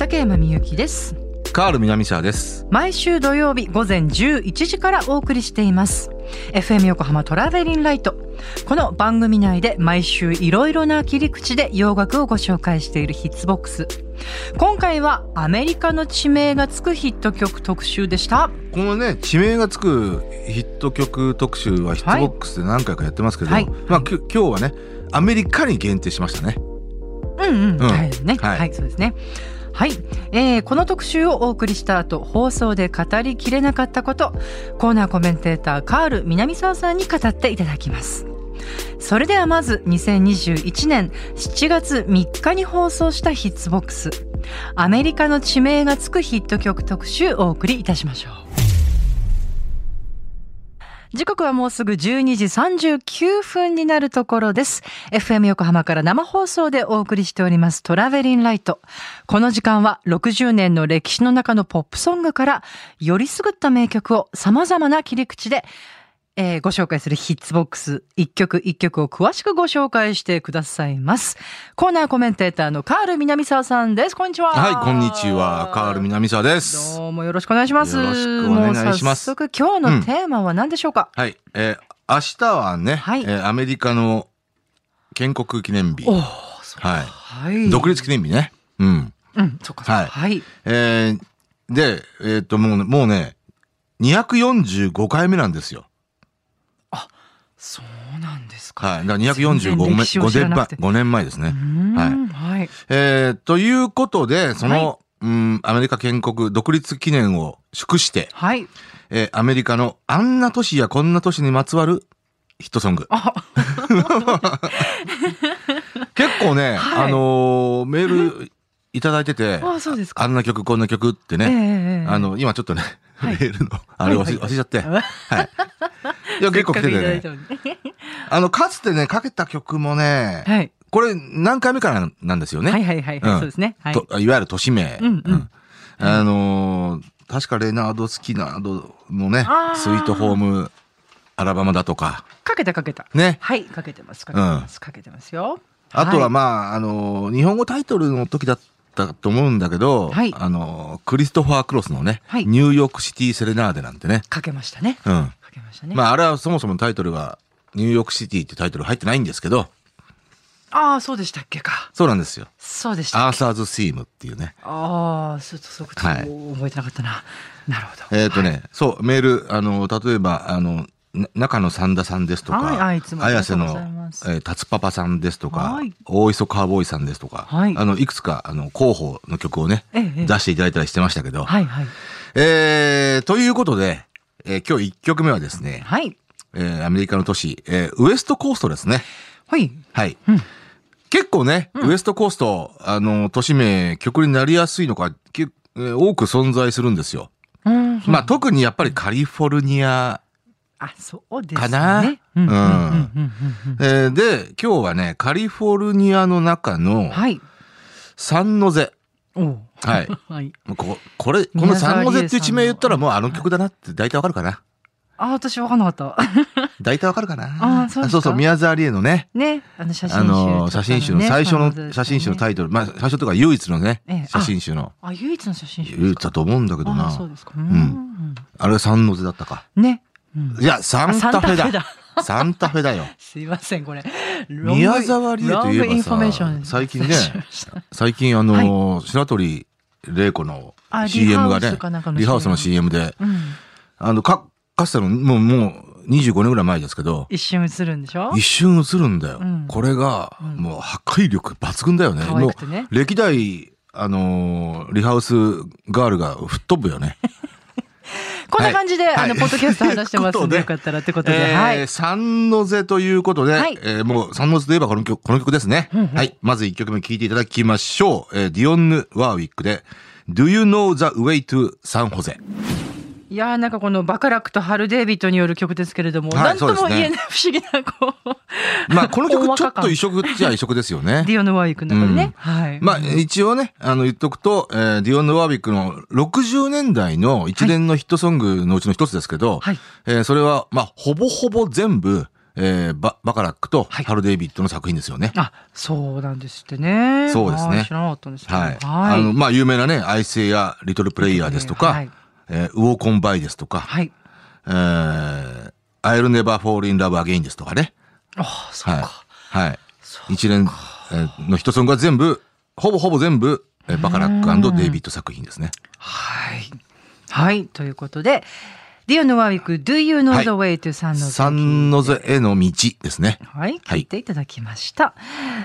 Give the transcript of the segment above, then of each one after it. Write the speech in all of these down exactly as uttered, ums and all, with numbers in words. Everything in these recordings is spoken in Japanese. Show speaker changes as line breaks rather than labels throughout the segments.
竹山みゆきです。
カール南沢です。
毎週土曜日午前じゅういちじからお送りしています エフエム 横浜トラベリンライト。この番組内で毎週いろいろな切り口で洋楽をご紹介しているヒッツボックス。今回はアメリカの地名がつくヒット曲特集でした。
このね、地名がつくヒット曲特集はヒッツボックスで何回かやってますけど、はい、まあ、き今日はねアメリカに限定しましたね。
うんうん、うん、はいね、
はい、
はい、そうですね。はい、えー、この特集をお送りした後、放送で語りきれなかったこと、コーナーコメンテーターカール南沢さんに語っていただきます。それではまずにせんにじゅういちねんしちがつみっかに放送したヒッツボックス、アメリカの地名がつくヒット曲特集をお送りいたしましょう。時刻はもうすぐじゅうにじさんじゅうきゅうふんになるところです。 エフエム 横浜から生放送でお送りしておりますトラベリンライト。この時間はろくじゅうねんの歴史の中のポップソングからよりすぐった名曲を様々な切り口でえー、ご紹介するヒッツボックス、一曲一曲を詳しくご紹介してくださいます。コーナーコメンテーターのカール南沢さんです。こんにちは。
はい、こんにちは。カール南沢です。
どうもよろしくお願いします。
よろしくお願いします。
早速今日のテーマは何でしょうか。
うん、はい、えー、明日はね、はい、えー、アメリカの建国記念日。
おー、
そうはい、はい。独立記念日ね。うん。
うん、そっかそっか。
はい。はい、えー、で、えー、っともうね、もうね、にひゃくよんじゅうごかいめなんですよ。
そうなんですか。
はい。だからにひゃくよんじゅうごねんまえですね。はい。はい。えー、ということで、その、はい、うん、アメリカ建国独立記念を祝して、はい。えー、アメリカのあんな都市やこんな都市にまつわるヒットソング。結構ね、はい、あのー、メールいただいてて、あ、そうですか。あんな曲こんな曲ってね、えー、あの、今ちょっとね、はい、メールの、あれ忘れ、忘れちゃって。はい。いや、結構来ててね。あの、かつてね、かけた曲もね、はい、これ何回目からなんですよね。
はいはいはい、はい、うん、そうですね。はい、
といわゆる都市名。うんうんうん、あのー、確かレナード・スキナードのね、スイートホームアラバマだとか。
かけたかけた。
ね。
はい、かけてます。かけてます。うん、かけてますよ。
あとはまあ、あのー、日本語タイトルの時だったと思うんだけど、はい、あの、クリストファー・クロスのね、はい、ニューヨークシティ・セレナーデなんてね。
かけましたね。
うん。かけましたね。まあ、あれはそもそもタイトルが、ニューヨークシティってタイトル入ってないんですけど。
ああ、そうでしたっけか。
そうなんですよ。
そうでしたっけ。
アーサーズ・シームっていうね。
ああ、そうそう、ちょっと覚えてなかったな。はい、なるほど。
えっとね、はい、そう、メール、あの、例えば、あの、中野三田さんですとか、はい、綾瀬の、えー、達パパさんですとか、はい、大磯カーボーイさんですとか、はい、あのいくつかあの候補の曲をね、ええ、出していただいたりしてましたけど、はいはい、えー、ということで、えー、今日いっきょくめはですね、はい、えー、アメリカの都市、えー、ウエストコーストですね。
はい。
はい。うん、結構ね、うん、ウエストコースト、あの、都市名、曲になりやすいのが、えー、多く存在するんですよ。うん、まあ特にやっぱりカリフォルニア、
あ、そうですね。
かな。うん。で、今日はね、カリフォルニアの中の、はい。サンノゼ。はい。はい。ここれ、このサンノゼっていう地名言ったらもうあの曲だなって大体わかるかな。
あ、私わかんなかった。
大体わかるかな。
あ、そうですか。
そうそう、宮沢りえのね。
ね。あの写真集。あの、
写真集の最初の写真集のタイトル。まあ、最初とか唯一のね、写真集の。
あ、唯一の写真集。
唯一だと思うんだけどな。
あ、そうですか。
うん。あれサンノゼだったか。
ね。
いや、サンタフェだ。サンタフェだよ。
すいません、これ。
宮沢りえといえばさ、最近ね、最近あの、白鳥玲子の シーエム がね、リハウスの シーエム で、あの、か、かつての、もう、もう、にじゅうごねんぐらい前ですけど、
一瞬映るんでしょ？
一瞬映るんだよ。これが、もう破壊力抜群だよね。もう、歴代、あの、リハウスガールが吹っ飛ぶよね。
こんな感じで、はい、あの、ポッドキャスト話してますので、よかったらってことで。
えー、はい。サンノゼということで、はい、えー、もう、サンノゼといえばこの曲、この曲ですね。うんうん、はい。まずいっきょくめ聴いていただきましょう。えー、ディオンヌ・ワーウィックで、Do You Know the Way to San Jose？
いやー、なんかこのバカラックとハル・デイビッドによる曲ですけれども、はい、なんとも言えない不思議な、こう。
まあ、この曲ちょっと異色っちゃ異色ですよね。
ディオンヌ・ワーウィックの中でね。うん、はい。
まあ、一応ね、あの、言っとくと、えー、ディオンヌ・ワーウィックのろくじゅうねんだいの一連のヒットソングのうちの一つですけど、はい、えー、それは、まあ、ほぼほぼ全部、 えー、バ, バカラックとハル・デイビッドの作品ですよね。
はい、あ、そうなんですってね。
そうですね。
知らなかったんですけど。
はい。はい、あの、まあ、有名なね、アイセイやリトルプレイヤーですとか、はい、えー、ウォーコンバイですとか、はい、えー、I'll Never Fall in Love Againですとかね。
ああ、そうか。
はい。はい、一連のヒットソングは全部、ほぼほぼ全部、バカラック&デイビッド作品ですね。
はい。はい。ということで、ディオのワーウィーク、Do You Know the Way to サンノゼ？
サンノゼへの道ですね。
はい。聞いていただきました。はい、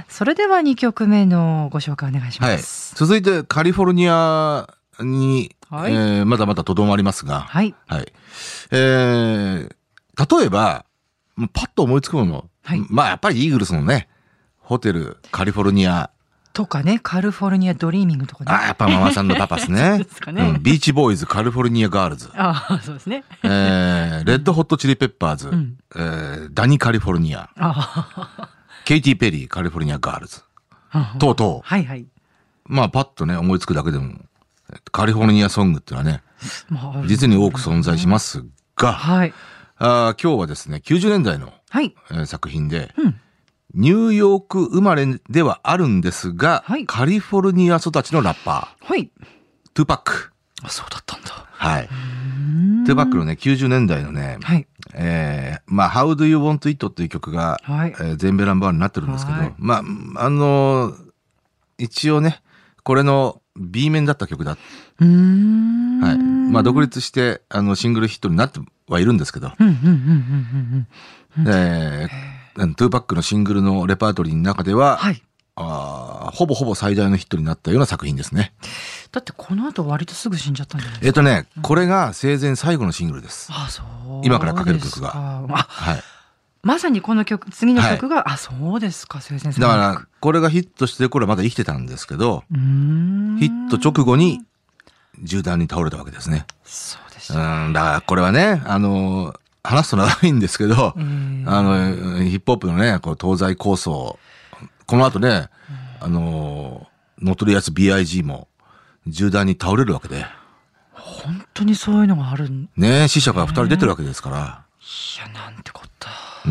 それではにきょくめのご紹介お願いします。
はい、続いて、カリフォルニアに、はい、えー、まだまだとどまりますが、はい。はい。えー、例えば、パッと思いつくもの、はい、まあやっぱりイーグルスのね、ホテルカリフォルニア
とかね、カリフォルニアドリーミングとかね。
あ、やっぱママさんのパパですね。そうですかね、うん。ビーチボーイズカリフォルニアガールズ。
ああ、そうですね。
えー、レッドホットチリペッパーズ、うん、えー、ダニカリフォルニア、ケイティペリーカリフォルニアガールズ、とうとう。はいはい。まあパッとね思いつくだけでもカリフォルニアソングっていうのはね、まあ、実に多く存在しますが、はい、あ今日はですねきゅうじゅうねんだいの、はいえー、作品で。うん、ニューヨーク生まれではあるんですが、はい、カリフォルニア育ちのラッパー、はい、トゥーパック。
あ、そうだったんだ。
はい。トゥーパックのね、きゅうじゅうねんだいのね、はい、えー、まあ、How Do You Want It っていう曲が、はいえー、全米ナンバーワンになってるんですけど、はい、まあ、あのー、一応ね、これの B 面だった曲だ。うーん。はい。まあ、独立して、あの、シングルヒットになってはいるんですけど、うんうんうんうんうん。えー、トゥーパックのシングルのレパートリーの中では、はい、あほぼほぼ最大のヒットになったような作品ですね。
だってこの後割とすぐ死んじゃったんじゃないですか。
えっとね、うん、これが生前最後のシングルです。あ、そう今からかける曲が。
あ、はい。まさにこの曲、次の曲が、はい、あ、そうですか、生前最後の曲。
だから、これがヒットして、これまだ生きてたんですけど、うーんヒット直後に銃弾に倒れたわけですね。
そうでした、
うん、だからこれはね、あの、話すと長いんですけど、あの、ヒップホップのね、こう東西構想、この後ね、あの、ノトリアス ビーアイジー も銃弾に倒れるわけで。
本当にそういうのがあるん
ね。死者がふたり出てるわけですから。い
や、なんてこった。
うん。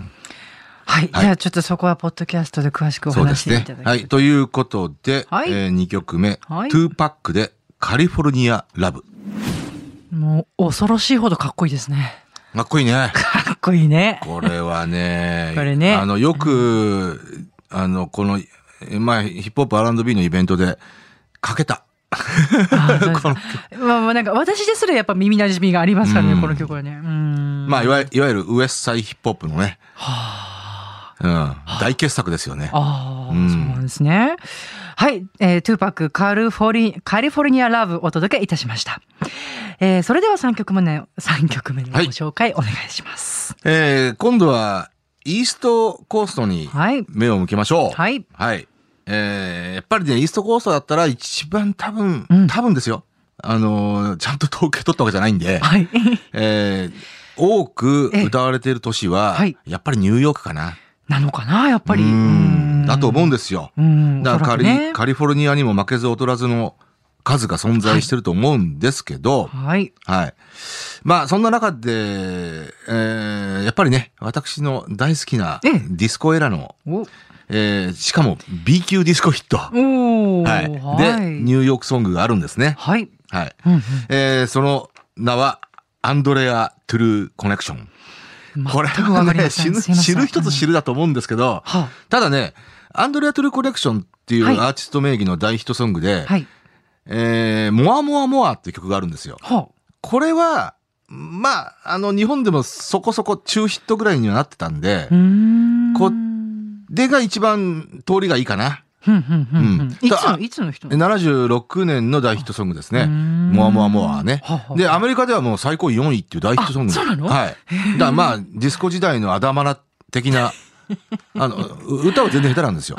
はい。はい、じゃあちょっとそこはポッドキャストで詳しくお話しいただきます。そうですね。
はい。ということで、はいえー、にきょくめ、はい、トゥーパックでカリフォルニアラブ。
もう恐ろしいほどかっこいいですね。
かっこいいね。
かっこいいね。
これはね、
これね。
あの、よく、あの、この、まあ、ヒップホップ アールアンドビー のイベントで、かけた。
あまあまあなんか私ですらやっぱ耳なじみがありますからね、うん、この曲はね。うん
まあいわいわゆるウエストサイヒップホップのね、はあうん、大傑作ですよね。
ああ、うん、そうなんですね。はい、えー、トゥーパックカリフォリカリフォルニアラブお届けいたしました。えー、それではさんきょくめのさんきょくめのご紹介お願いします。
はい、えー、今度はイーストコーストに目を向けましょう。はい。はい。えー、やっぱりね、イーストコーストだったら一番多分、うん、多分ですよ。あのー、ちゃんと統計取ったわけじゃないんで、はい。えー、多く歌われている都市は、はい、やっぱりニューヨークかな。
なのかな、やっぱり。う
んだと思うんですよ。うんだからカリ、ね、カリフォルニアにも負けず劣らずの数が存在してると思うんですけど、はい。はい。まあ、そんな中で、えー、やっぱりね、私の大好きなディスコエラの、えー、しかも B 級ディスコヒット。おはい。で、ニューヨークソングがあるんですね。はい。はい。うんうん、えー、その名は、アンドレア・トゥルー・コネクション。これはね、知る、知る人ぞ知るだと思うんですけど、うん、ただね、アンドレア・トゥルー・コネクションっていうアーティスト名義の大ヒットソングで、はい、えー、モアモアモアっていう曲があるんですよ。はこれは、まあ、あの、日本でもそこそこ中ヒットぐらいにはなってたんで、うんこれが一番通りがいいかな。
いつの、いつの人 ?
ななじゅうろくねんの大ヒットソングですね。モアモアモアね。で、アメリカではもう最高よんいっていう大ヒットソング。
そうなの？
はい。だからまあ、ディスコ時代のアダマラ的な、あの、歌は全然下手なんですよ。うん。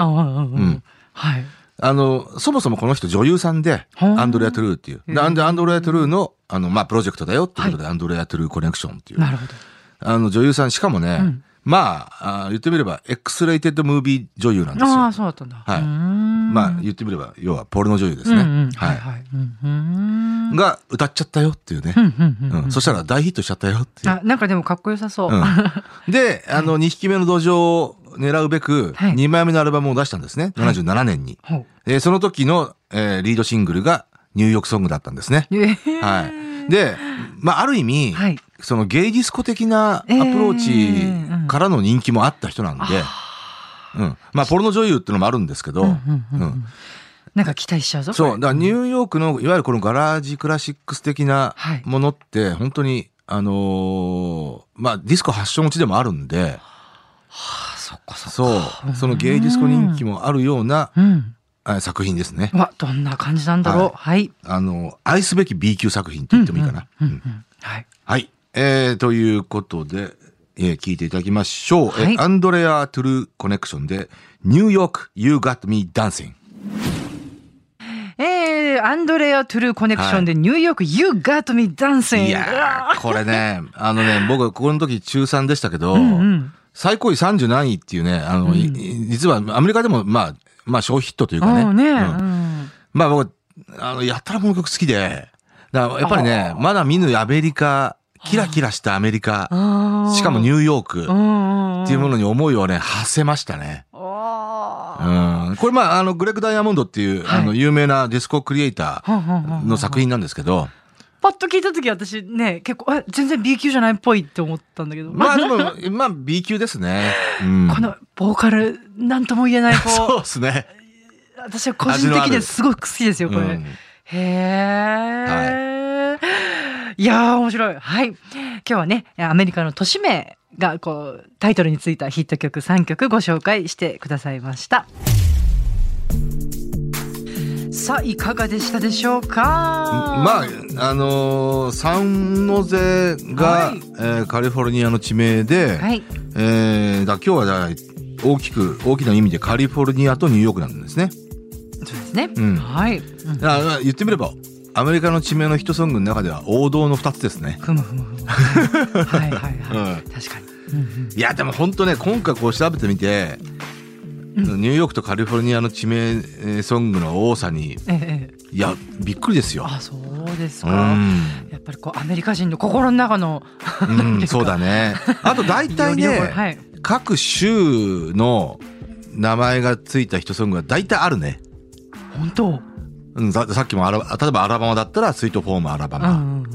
はい。あの、そもそもこの人女優さんで、アンドレア・トゥルーっていう。なんでアンドレア・トゥルーの、あの、まあ、プロジェクトだよっていうことで、アンドレア・トゥルーコネクションっていう。なるほど。あの、女優さん、しかもね、 まあ、あ言ってみれば X レイテッドムービー女優なんですよ。
ああ、そうだったんだ。
はい。まあ言ってみれば要はポルノ女優ですね。うんうん、はい、はい、うん、が歌っちゃったよっていうね。うんうんうん、そしたら大ヒットしちゃったよっていう。
あ、なんかでもかっこよさそう。うん、
で、あのにひきめの土壌を狙うべくにまいめのアルバムを出したんですね。はい、ななじゅうななねんに。はい、えー、その時の、えー、リードシングルがニューヨークソングだったんですね。はい。で、まあある意味、はい、そのゲイディスコ的なアプローチからの人気もあった人なんで、うん、まあポルノ女優っていうのもあるんですけど、うんうんうんうん、
なんか期待しちゃうぞ。
そうだからニューヨークのいわゆるこのガラージクラシックス的なものって本当にあのー、まあディスコ発祥の地でもあるんで、
はあ、そっかそっか。
そう、そのゲイディスコ人気もあるような、うん作品ですね。
わ、どんな感じなんだろう。はい。はい、
あの、愛すべき B 級作品って言ってもいいかな。はい。はい。えー、ということで、えー、聞いていただきましょう。はい、えアンドレア・トゥルー・コネクションで、ニューヨーク、You Got Me Dancing。
えー、アンドレア・トゥルー・コネクションで、ニューヨーク、You Got Me Dancing。
いやー、これね、あのね、僕、この時中さんでしたけど、うんうん、最高位さんじゅうなないっていうね、あの、うん、実はアメリカでも、まあ、まあ小ヒットというかね。ねうん、まあ僕、あの、やったらこの曲好きで、だからやっぱりね、まだ見ぬアメリカ、キラキラしたアメリカ、しかもニューヨークっていうものに思いをね、馳せましたね。うん、これまあ、あの、グレッグ・ダイヤモンドっていう、はい、あの、有名なディスコクリエイターの作品なんですけど、
パッと聞いた時私ね、結構、え、全然 B 級じゃないっぽいって思ったんだけど。
まあでも、まあ B 級ですね。うん、
このボーカル、なんとも言えないこう。
そうですね。
私は個人的にすごく好きですよ、これ。うん、へー。はい、いやー、面白い。はい。今日はね、アメリカの都市名が、こう、タイトルについたヒット曲さんきょくご紹介してくださいました。さあ、いかがでしたでしょうか。
まあ、あのー、サンノゼが、はい、えー、カリフォルニアの地名で、はい、えー、だ今日は大きく、大きな意味でカリフォルニアとニューヨークなんですね。
そうですね。うん、はい。
だから言ってみれば、アメリカの地名のヒットソングの中では王道のふたつですね。
ふむふむふむ。はいはいはい。うん、確かに。うんうん、
いや、でも本当ね、今回こう調べてみて、ニューヨークとカリフォルニアの地名ソングの多さに、ええ、いやびっくりですよ。
あ、そうですか。うん、やっぱりこうアメリカ人の心の中の、
うん、そうだね。あと大体ね、はい、各州の名前がついたヒットソングが大体あるね。
本当？
うん、さ, さっきもアラ例えばアラバマだったらスイートフォームアラバマ。うんうんうんうん、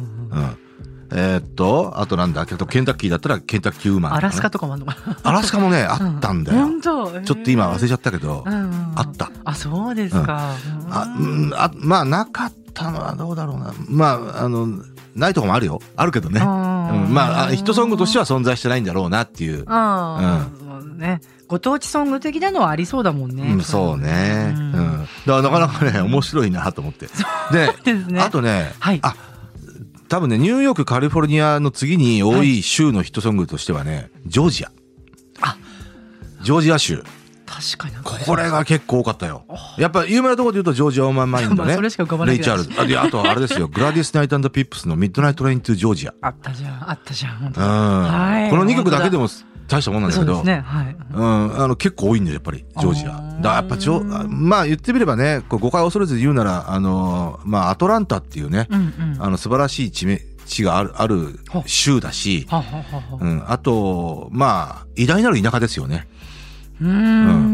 えー、っとあとなんだけどケンタッキーだったらケンタッキーウーマン、ね、
アラスカとかもあるのかな。
アラスカもねあったんだよ。
うん、本当、えー、
ちょっと今忘れちゃったけど、うんうん、あった。
あ、そうですか。
うん、あ、うん、あ、まあなかったのはどうだろうな。まああのないとこもあるよ。あるけどね。うん、まあヒットソングとしては存在してないんだろうなっていう。
あ、うん、ね。ご当地ソング的なのはありそうだもんね。
うん、そうね。うん。だからなかなかね面白いなと思って。
で、ですね、
あとね、はい、あ。多分ね、ニューヨーク、カリフォルニアの次に多い州のヒットソングとしてはね、はい、ジョージア。
あ、
ジョージア州。
確かになんか
これが結構多かったよ。やっぱ有名なところで言うとジョージア・オーマン・マインドね。
それしか浮かばない。
レイ・チャールズ。あ, であとあれですよ、グラディス・ナイト・アンド・ピップスのミッドナイト・レイン・トゥ・ジョージア。
あったじゃん、あったじゃん。うん、
はい、このにきょくだけでも大したもんなんだけど、
そうですね、はい、
うん、あの結構多いんだよやっぱりジョージア。だやっぱジョまあ言ってみればね、こう誤解を恐れず言うならあのまあアトランタっていうね、うんうん、あの素晴らしい地名地があるある州だし、はははは、うん、あとまあ偉大なる田舎ですよね。うん、うん、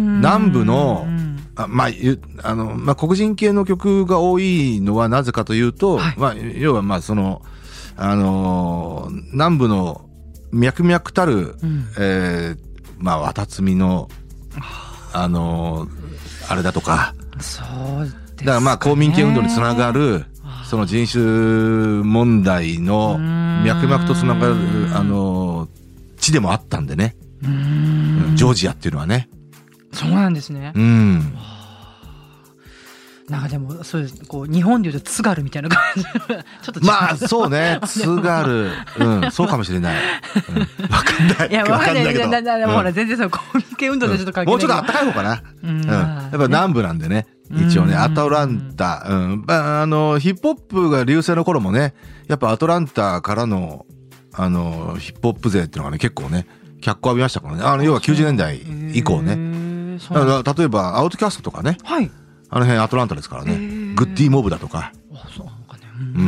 南部の、あ、まあ、あの、まあ、黒人系の曲が多いのはなぜかというと、はい、まあ、要はまあそのあの南部の脈々たる、うん、えー、まあ渡積みのあのあれだとか、
そうですかね、
だからまあ公民権運動につながるその人種問題の脈々とつながるあの地でもあったんでね、うん、ジョージアっていうのはね。
そうなんですね。
うん。
なんかでもそうですこう日本でいうと津軽みたいな感じちょっと
まあそうね、津軽、うん、そうかもしれない。うん、わかんない。
いやわかんないけど、ほら全然その公民権運動とちょっと関係ない、
もうちょっと暖かい方かな。うん、やっぱ南部なんでね。一応ね、アトランタ、うん、あのヒップホップが隆盛の頃もね、やっぱアトランタからのあのヒップホップ勢っていうのがね結構ね脚光浴びましたからね。あの要はきゅうじゅうねんだい以降ね。だから例えばアウトキャストとかね、はい、あの辺アトランタですからね。グッディモブだとか。
あ、そうなのかね。うん、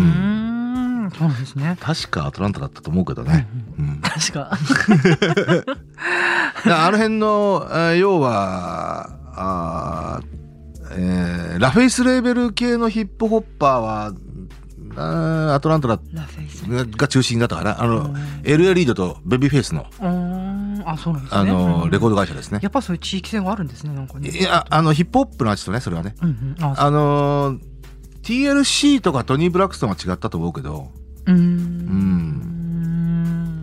そうなんですね。
確かアトランタだったと思うけどね。
うんうん、確か。
あの辺の要はあ、えー、ラフェイスレーベル系のヒップホッパーはあアトランタだが中心だったかな。あの エルエー リードとベビーフェイスの
あ、そうなんですね、
あのレコード会社ですね。
やっぱそういう地域性があるんですね。なんかね。
いや、あのヒップホップのアーティストね、それはね。うんうん、あ, あの ティーエルシー とかトニー・ブラックストンは違ったと思うけど。うーん、うん、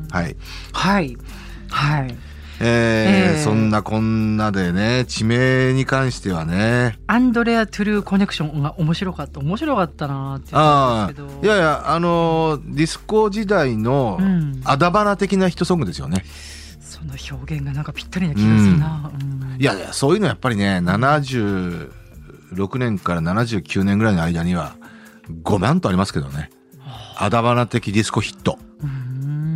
はい
はいはい。
えーえー、そんなこんなでね、地名に関してはね、
アンドレア・トゥルー・コネクションが面白かった面白かったなって言うんですけど、
いやいや、あのー、ディスコ時代のあだ花的なヒットソングですよね、
うん、その表現がなんかぴったりな気がするな、
うんうん、いやいや、そういうのやっぱりね、ななじゅうろくねんからななじゅうきゅうねんぐらいの間にはごまんとありますけどね、あだ花的ディスコヒット、うん、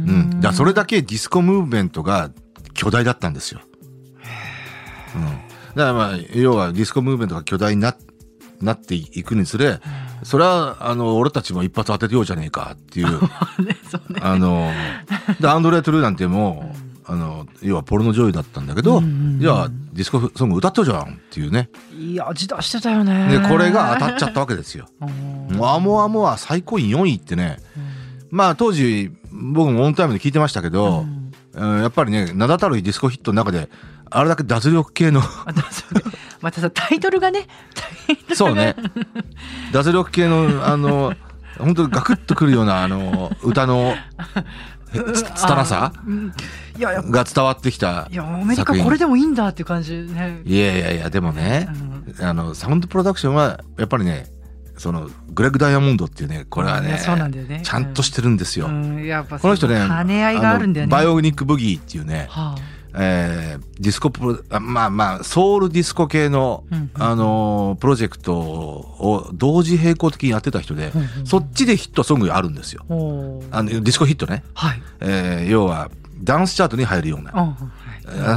うん、だからそれだけディスコムーブメントが巨大だったんですよ、うん、だからまあ要はディスコムーブメントが巨大に な, なっていくにつれ、それはあの俺たちも一発当ててようじゃねえかっていう、ねそうね、あのでアンドレア・トゥルーなんてもう、うん、あの要はポルノ女優だったんだけど、うんうんうん、いやディスコソング歌ってよじゃんっていうね、
いや味出してたよね。
でこれが当たっちゃったわけですよ。もうアモアモは最高位よんいってね、うん、まあ当時僕もオンタイムで聞いてましたけど、うんうん、やっぱりね、名だたるディスコヒットの中であれだけ脱力系の
またさタイトルがね
そうね、脱力系のあの本当にガクッとくるようなあの歌の拙さが伝わってきた作品。いやアメリカこ
れでもいいんだっていう感じね。
いやいやいや、でもね、うん、あのサウンドプロダクションはやっぱりね、そのグレッグ・ダイヤモンドっていうね、これは ね, そうなんだよね、ちゃんとしてるんですよ、うん、やっぱこの人ね、
兼ね合いがあるんだよね。
バイオニック・ブギーっていうね、はあ、えー、ディスコプロまあまあソウルディスコ系の、うんうん、あのプロジェクトを同時並行的にやってた人で、うんうん、そっちでヒットソングがあるんですよ、あのディスコヒットね、はい、えー、要はダンスチャートに入るような、はい、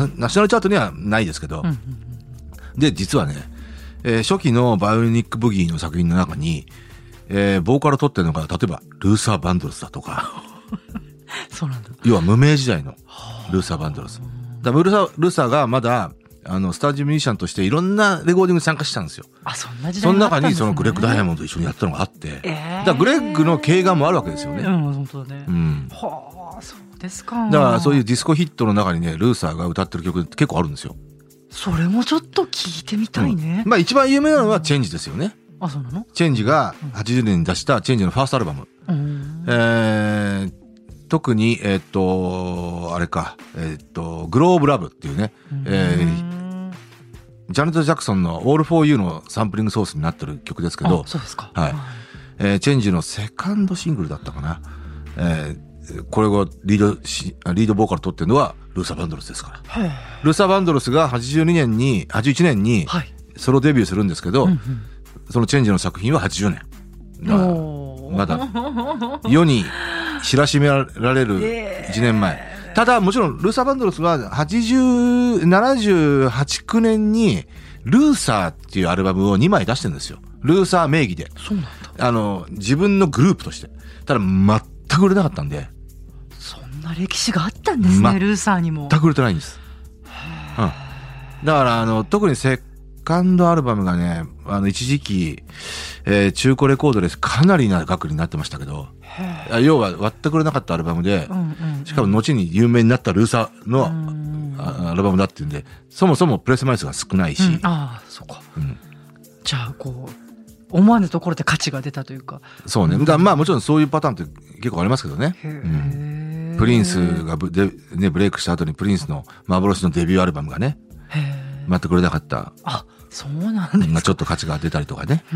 ナショナルチャートにはないですけど、うんうんうん、で実はね、えー、初期のバイオニックブギーの作品の中に、えー、ボーカルを取ってるのが例えばルーサー・バンドルスだとか
そうなんだ。
要は無名時代のルーサー・バンドルスだ。ルーサー、ルーサーがまだあのスタジオミュージシャンとしていろんなレコーディングに参加してたんですよ。
あ、そんな時代があったんですね。
その中にそのグレッグ・ダイヤモンドと一緒にやったのがあって、えー、だからグレッグの経眼もあるわけですよね。
うん、本当だね、うん、はあ、そうですか。
だからそういうディスコヒットの中にね、ルーサーが歌ってる曲結構あるんですよ。
それもちょっと聞いてみたいね、
うん、まあ一番有名なのはチェンジですよね。
あ、そうなの？
チェンジがはちじゅうねんに出したチェンジのファーストアルバム、うん、えー、特にえー、っとあれか、えー、っとグローブラブっていうね、うん、えー、ジャネット・ジャクソンの All for You のサンプリングソースになってる曲ですけど、
そうですか、
はい、えー、チェンジのセカンドシングルだったかな、えーこれをリードしリードボーカル取ってるのはルーサー・バンドロスですから。ルーサー・バンドロスがはちじゅうにねんにはちじゅういちねんにソロデビューするんですけど、はい、そのチェンジの作品ははちじゅうねんだからまだ世に知らしめられるいちねんまえ。ただもちろんルーサー・バンドロスははちじゅう、ななじゅうはち、きゅうねんにルーサーっていうアルバムをにまい出してるんですよ。ルーサー名義で。
そうなんだ。
あの自分のグループとして。ただ全く売れなかったんで。
そんな歴史があったんですね、ま、ルーサーにも。
全く売れてないんです。うん、だからあの特にセカンドアルバムがね、あの一時期、えー、中古レコードでかなりな額になってましたけど、要は全く売れなかったアルバムで、うんうんうん、しかも後に有名になったルーサーのアルバムだっていうんで、そもそもプレス枚数が少ないし、うん、
ああそうか、うん、じゃあこう思わぬところで価値が出たというか。
そうね。だまあもちろんそういうパターンって結構ありますけどね。うん、プリンスがブ, で、ね、ブレイクした後にプリンスの幻のデビューアルバムがね、全く売れなかった。
あ、そうなんですか。
ちょっと価値が出たりとかね。
うん、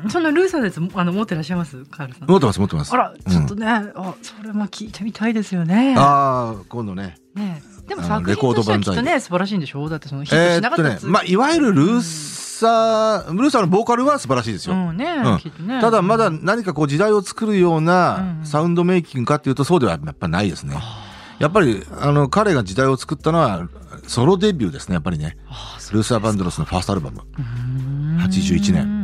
そんなルーサーのやつあの持ってらっしゃいます？カールさん。
持ってます持ってます。
あら、ちょっとね、うん、あそれも聞いてみたいですよね。
ああ今度ね。
ねでも作品としてはきっとね素晴らしいんでしょう。だってそのヒットしなかったやつ、
えーっとね、まあいわゆるルーサー、ルーサーのボーカルは素晴らしいですよ。うんねうんきっとね、ただまだ何かこう時代を作るようなサウンドメイキングかっていうとそうではやっぱないですね。 やっぱりあの彼が時代を作ったのはソロデビューですね、やっぱりね。ルーサー・バンドロスのファーストアルバムはちじゅういちねん、うん、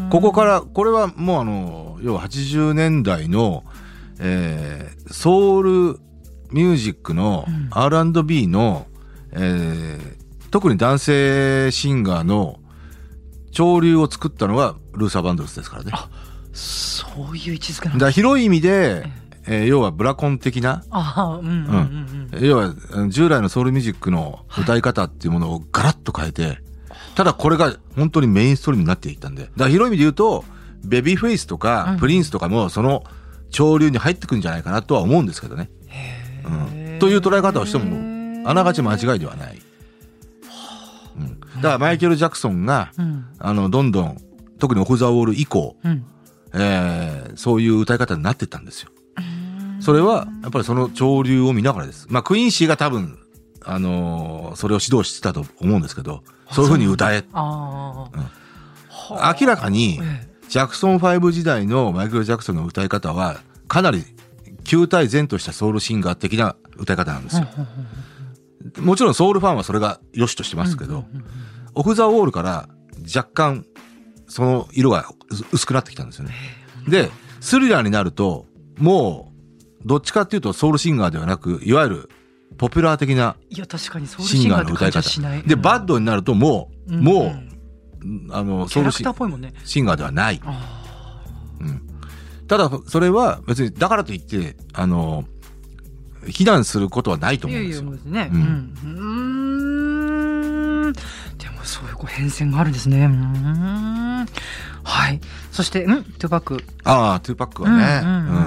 ここからこれはもうあの要ははちじゅうねんだいの、えー、ソウルミュージックの アールアンドビー の、えー、特に男性シンガーの潮流を作ったのがルーサー・バンドロスですからね。
あ、そういう位置づけなんだ。
だから広い意味で、えー、要はブラコン的な、
あ、うんうんうん
うん、要は従来のソウルミュージックの歌い方っていうものをガラッと変えて、ただこれが本当にメインストリームになっていったんで、だから広い意味で言うとベビーフェイスとかプリンスとかもその潮流に入ってくるんじゃないかなとは思うんですけどね、うん、という捉え方をしてもあながち間違いではない、うん、だからマイケル・ジャクソンが、うん、あのどんどん特にオフ・ザ・ウォール以降、うん、えー、そういう歌い方になっていったんですよ。それはやっぱりその潮流を見ながらです。まあクイーンシーが多分あのー、それを指導してたと思うんですけど、そういう風に歌え。あ、うん、明らかにジャクソンファイブ時代のマイケル・ジャクソンの歌い方はかなり球体前としたソウルシンガー的な歌い方なんですよ。もちろんソウルファンはそれが良しとしてますけど、オフ・ザ・ウォールから若干その色が薄くなってきたんですよね。でスリラーになるともうどっちかっていうとソウルシンガーではなく、いわゆるポピュラー的なシンガーの歌い方で、バッドになるともう、うん、もうあのソウルシンガーではない、うん、ただそれは別にだからといってあの非難することはないと思うんですよ。いやいやですね、うん、う
ーん、でもそういうこう変遷があるんですね。うーん、はい。そしてんトゥーパック、
ああトゥーパックはね、うんうんうんうん、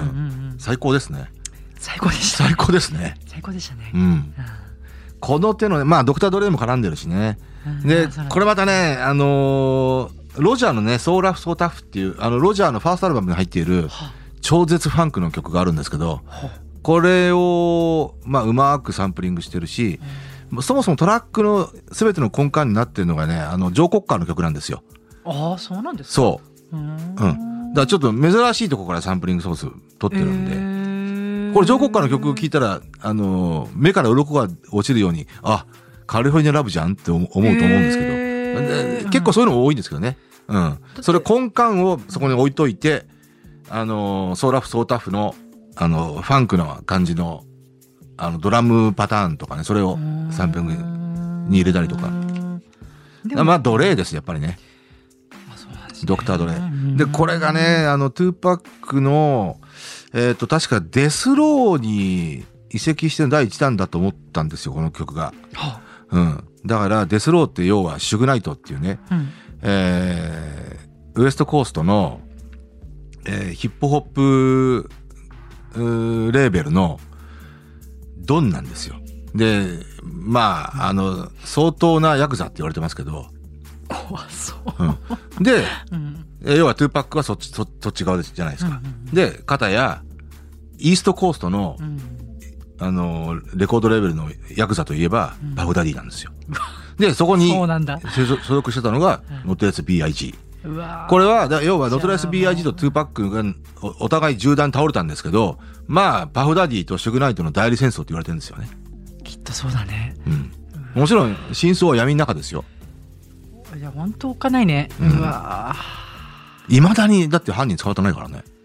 最高ですね。
最高でした。
最高ですね。
最高でしたね。
うん。うん、この手のね、まあドクター・ドレイも絡んでるしね。うん、でこれまたね、あのー、ロジャーのね、ソーラフソータフっていうあのロジャーのファーストアルバムに入っている超絶ファンクの曲があるんですけど、これをまあうまくサンプリングしてるし、うん、そもそもトラックのすべての根幹になってるのがね、あのジョー・コッカーの曲なんですよ。
ああ、そうなんですか。
そう。うん。うん、だからちょっと珍しいところからサンプリングソース取ってるんで。えーこれジョー・コッカーの曲を聴いたら、あの目から鱗が落ちるように、あ、カリフォルニアラブじゃんって思うと思うんですけど、えー、結構そういうの多いんですけどね、うん、それ根幹をそこに置いといて、あのソーラフソータフのあのファンクな感じのあのドラムパターンとかね、それをサンプリングに入れたりとか、まあ奴隷ですやっぱりね、ドクター・ドレイで、これがね、あのトゥーパックのえっと確かデスローに移籍してのだいいちだんだと思ったんですよ、この曲が、はあ、うん、だからデスローって要はシュグナイトっていうね、うん、えー、ウエストコーストの、えー、ヒップホップレーベルのドンなんですよ。でまあ、うん、あの相当なヤクザって言われてますけど、
怖そう、
うん、で、うん、要はトゥーパックはそっち、そ、そっち側じゃないですか、うんうんうん、で片やイーストコーストの、うん、あのレコードレベルのヤクザといえば、うん、バフダディなんですよ。でそこに所属してたのが、うん、ノットレス ビーアイジー、うわ、これは要はノットレス ビーアイジー とトゥーパックが お, お互い銃弾倒れたんですけど、まあバフダディとシュグナイトの代理戦争って言われてるんですよね。
きっとそうだね、
うん、もちろん真相は闇の中ですよ。
いや本当おっかないね、うん、うわ、
いまだにだって犯人捕まってないからね、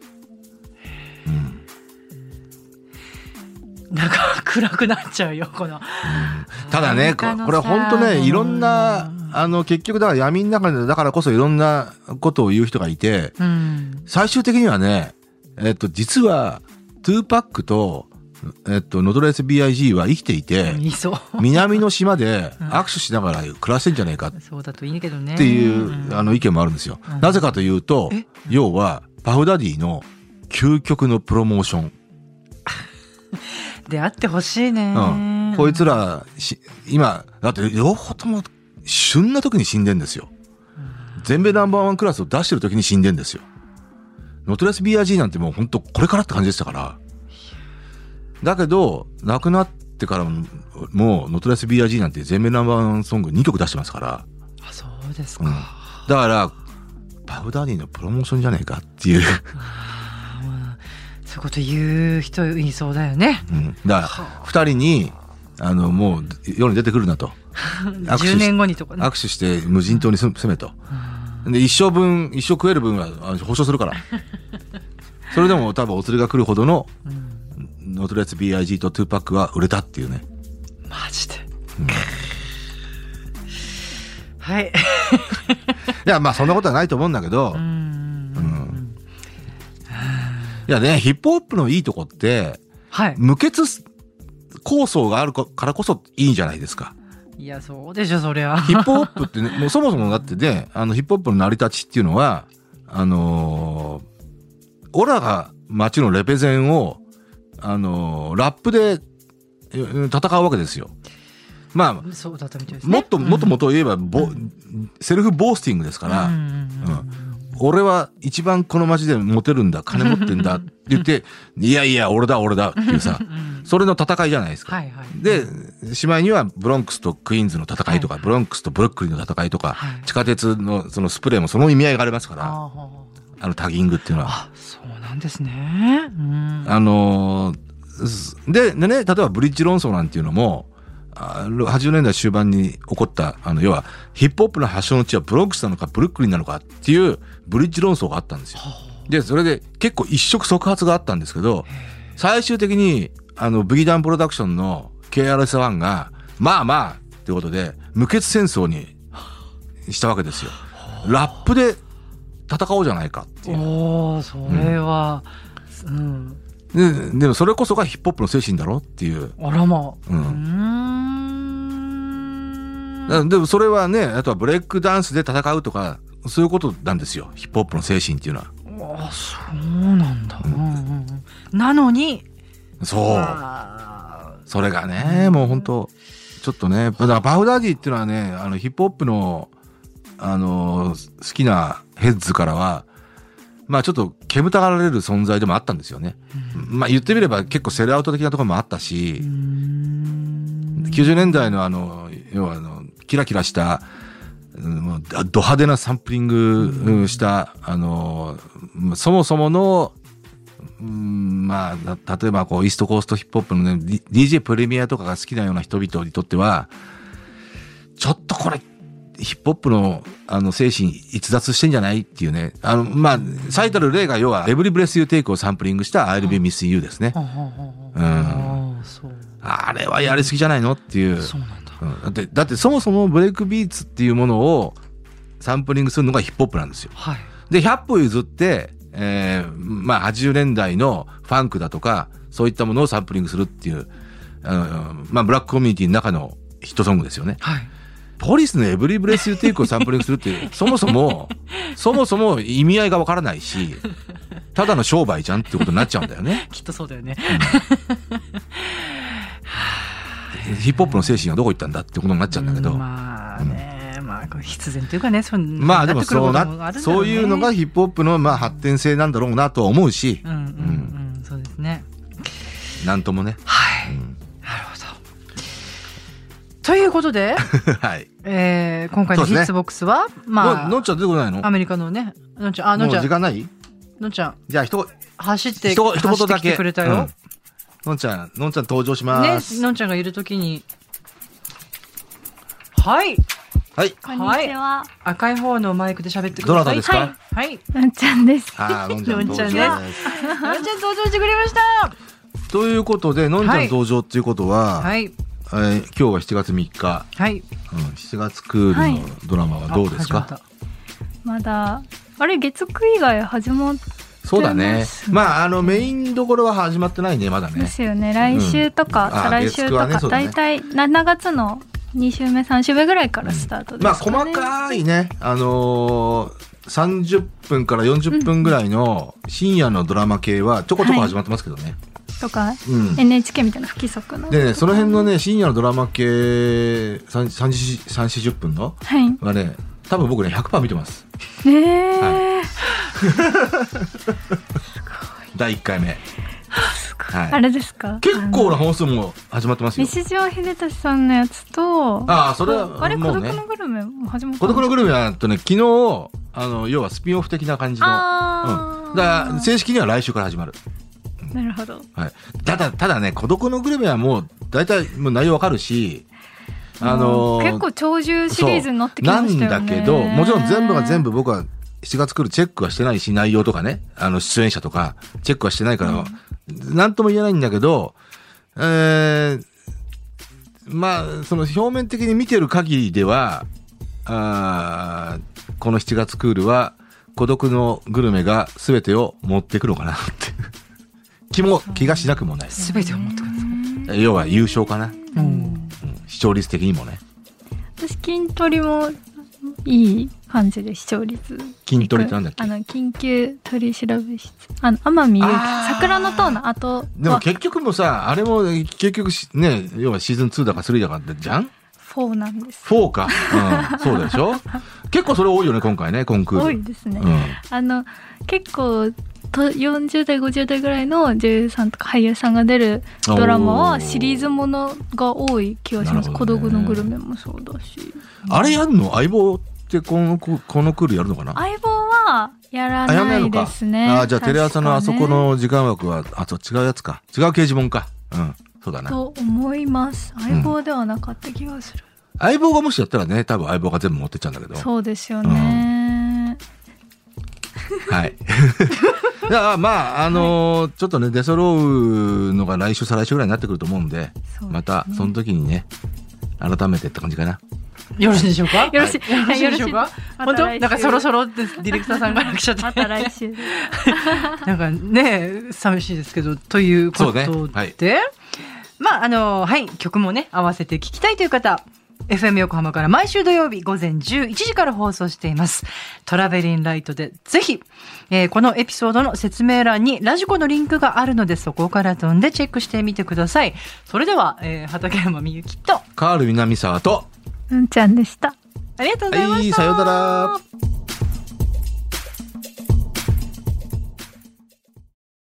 うん、なんか暗くなっちゃうよこの、うん、
ただねこれ本当ね、いろんなあの結局だから闇の中でだからこそいろんなことを言う人がいて、うん、最終的にはね、えっと実はトゥーパックとえっと、ノトレス ビーアイジー は生きていて、いそう南の島で握手しながら暮らしてんじゃないかっていうあの意見もあるんですよ、うん、なぜかというと、要はパフダディの究極のプロモーション
であってほしいね、
うん、こいつらし今だって両方とも旬な時に死んでんですよ、うん、全米ナンバーワンクラスを出してる時に死んでんですよ。ノトレス ビーアイジー なんてもう本当これからって感じでしたから。だけど亡くなってからももうノトレス ビーアイジー なんて全米ナンバーワンソングにきょく出してますから。
あ、そうですか、
うん、だからパフダディのプロモーションじゃねえかっていう
そういうこと言う人いそうだよね。
うん、だからふたりにあのもう世に出てくるなと
じゅうねんごにとかね
握手して無人島に住めと、うん、で一生分一生食える分は保証するからそれでも多分お釣りが来るほどの、うん、ノートレッツ ビーアイジー とトゥーパックは売れたっていうね。
マジで、うん、はいい
やまあそんなことはないと思うんだけど、うん、うん、いやねヒップホップのいいとこって、はい、無血構想があるからこそいいんじゃないですか。
いやそうでしょそりゃ。
ヒップホップってねもうそもそもだってねあのヒップホップの成り立ちっていうのはあのー、オラが街のレペゼンをあのー、ラップで戦うわけですよ。まあそうだったみたいですね。もっともっともっと言えば、うん、セルフボースティングですから、うんうんうんうん、俺は一番この街でモテるんだ金持ってんだって言っていやいや俺だ俺だっていうさそれの戦いじゃないですか、はいはい、でしまいにはブロンクスとクイーンズの戦いとか、はいはい、ブロンクスとブルックリンの戦いとか、はい、地下鉄のそのスプレーもその意味合いがありますから、あ, あのタギングっていうのは。
あそうなんですね、うん、
あのー、で, でね例えばブリッジ論争なんていうのもはちじゅうねんだい終盤に起こったあの要はヒップホップの発祥の地はブロンクスなのかブルックリンなのかっていうブリッジ論争があったんですよ。でそれで結構一触即発があったんですけど最終的にあのブギダンプロダクションの ケーアールエスワン がまあまあってことで無血戦争にしたわけですよ。ラップで戦おうじゃないかっていう。
おーそれは、うんうん、
で, でもそれこそがヒップホップの精神だろっていう。
あらまあ、
うんでもそれはねあとはブレイクダンスで戦うとかそういうことなんですよヒップホップの精神っていうのは。
あそうなんだ、うんうん、なのに
そうそれがねもう本当ちょっとねだからパフダディっていうのはねあのヒップホップのあの好きなヘッズからはまあちょっと煙たがられる存在でもあったんですよね、うん、まあ言ってみれば結構セルアウト的なところもあったしきゅうじゅうねんだいのあの要はあのキラキラしたド派手なサンプリングしたあのそもそものまあ例えばこうイーストコーストヒップホップのね ディージェー プレミアとかが好きなような人々にとってはちょっとこれヒップホップのあの精神逸脱してんじゃないっていうねあのまあ最たる例が要はエブリブレスユーテイクをサンプリングした I'll be miss you ですね。うん、あれはやりすぎじゃないのっていう。そうなんだ。うん、だってだってそもそもブレイクビーツっていうものをサンプリングするのがヒップホップなんですよ。はい、でひゃっぽ譲って、えー、まあはちじゅうねんだいのファンクだとかそういったものをサンプリングするっていうあの、まあ、ブラックコミュニティの中のヒットソングですよね。はい、ポリスのエブリブレスユーテイクをサンプリングするってそもそもそもそも意味合いがわからないしただの商売じゃんってことになっちゃうんだよね。
きっとそうだよね。
うん、ヒップホップの精神はどこ行ったんだってことになっちゃうんだけど、うん、
まあね、うん、まあ必然というかね、そ
まあでもそうな、ね、そういうのがヒップホップのまあ発展性なんだろうなとは思うし、
うんうんうんうん、そうですね。
なんともね。
はい。うん、なるほど。ということで、
はい。
えー、今回のヒッツボックスは、ね、まあ
のんちゃん出てこないの？
アメリカのね、のんちゃん、あのんちゃん。
もう時間ない？
のんちゃん。
じゃあ一
走って
一言だけ
走ってきてくれたよ。うん
のんちゃん、のんちゃん登場します。
ね、のんちゃんがいるときに。はい。
はい。
こんにちは。
赤い方のマイクで喋ってください。
どなたですか？
はい。
のんちゃんです。
あー、のんちゃん登場です。
のんちゃん登場してくれました。
ということで、のんちゃん登場っていうことは、
はい。
えー、今日はしちがつみっか。
はい。
うん、しちがつクールのドラマはどうですか？
はい、ま, まだ、あれ、月く以外始まって、
そうだね。まあ、あの、メインどころは始まってないね、まだね。
ですよね。来週とか、うん、再来週とか、ねね、大体しちがつのに週目、さん週目ぐらいからスタートですかね。
うん、まあ、細かいね、あのー、さんじゅっぷんからよんじゅっぷんぐらいの深夜のドラマ系はちょこちょこ始まってますけどね。はい、
とか、うん、エヌエイチケー みたいな不規則の。
でね、その辺のね、深夜のドラマ系さんじゅう、よんじゅっぷんの、はい、はね、多分僕ね ひゃくパーセント 見てます。
へー、はい、
だいいっかいめ、
はい、あれですか？
結構な本数も始まってますよ。
西島秀俊さんのやつと、
ああ、それはもうね、
あれ孤独のグルメも始まった。
孤独のグルメはとね、昨日あの要はスピンオフ的な感じの、うん、だから正式には来週から始まる。うん、
なるほど、
はい、ただただね孤独のグルメはもう大体もう内容わかるし、あのー、
結構長寿シリーズになってきましたよね。
なんだけどもちろん全部が全部僕はしちがつ来るチェックはしてないし、内容とかね、あの出演者とかチェックはしてないから、うん、なんとも言えないんだけど、えー、まあその表面的に見てる限りではあこのしちがつクールは孤独のグルメが全てを持ってくるのかなって気も気がしなくもない。
全てを持ってくるんですか。
要は優勝かな、うんうん、視聴率的にもね。
私筋トレもいい感じで視聴率。
筋トレってなんだっけ。
あの緊急取調べ室、あの天海祐希桜の塔の後。
でも結局もさあれも結局ね要はシーズンツーだかスリーだかってじゃん。
フォーなんです。
フォーか、うん、そうでしょ結構それ多いよね今回ねコンクール。
多いですね、うん、あの結構とよんじゅう代ごじゅう代ぐらいの女優さんとか俳優さんが出るドラマはシリーズものが多い気がします、ね、孤独のグルメもそうだし。
あれやんの相棒ってこのこのクールやるのかな。
相棒はやらないですね。
ああじゃあテレ朝のあそこの時間枠はあと違うやつか、違う刑事本か、うんそうだな
と思います。相棒ではなかった気がする、
うん、相棒がもしやったらね多分相棒が全部持ってっちゃうんだけど。
そうですよね、
うん、はいいやまああのーはい、ちょっとね出揃うのが来週再来週ぐらいになってくると思うん で, で、ね、またその時にね改めてって感じかな。
よろしいでしょうか。
よろしい、
はい、よろしいでしょうか。本当なんかそろそろってディレクターさんが来ちゃって
また来週
なんかね寂しいですけどということで、ねはい、まああのはい曲もね合わせて聴きたいという方、エフエム 横浜から毎週土曜日午前じゅういちじから放送していますトラベリンライトでぜひ、えー、このエピソードの説明欄にラジコのリンクがあるのでそこから飛んでチェックしてみてください。それでは、えー、畠山みゆきと
カール南沢と
うんちゃんでした。
ありがとうございました、
はい、さようなら。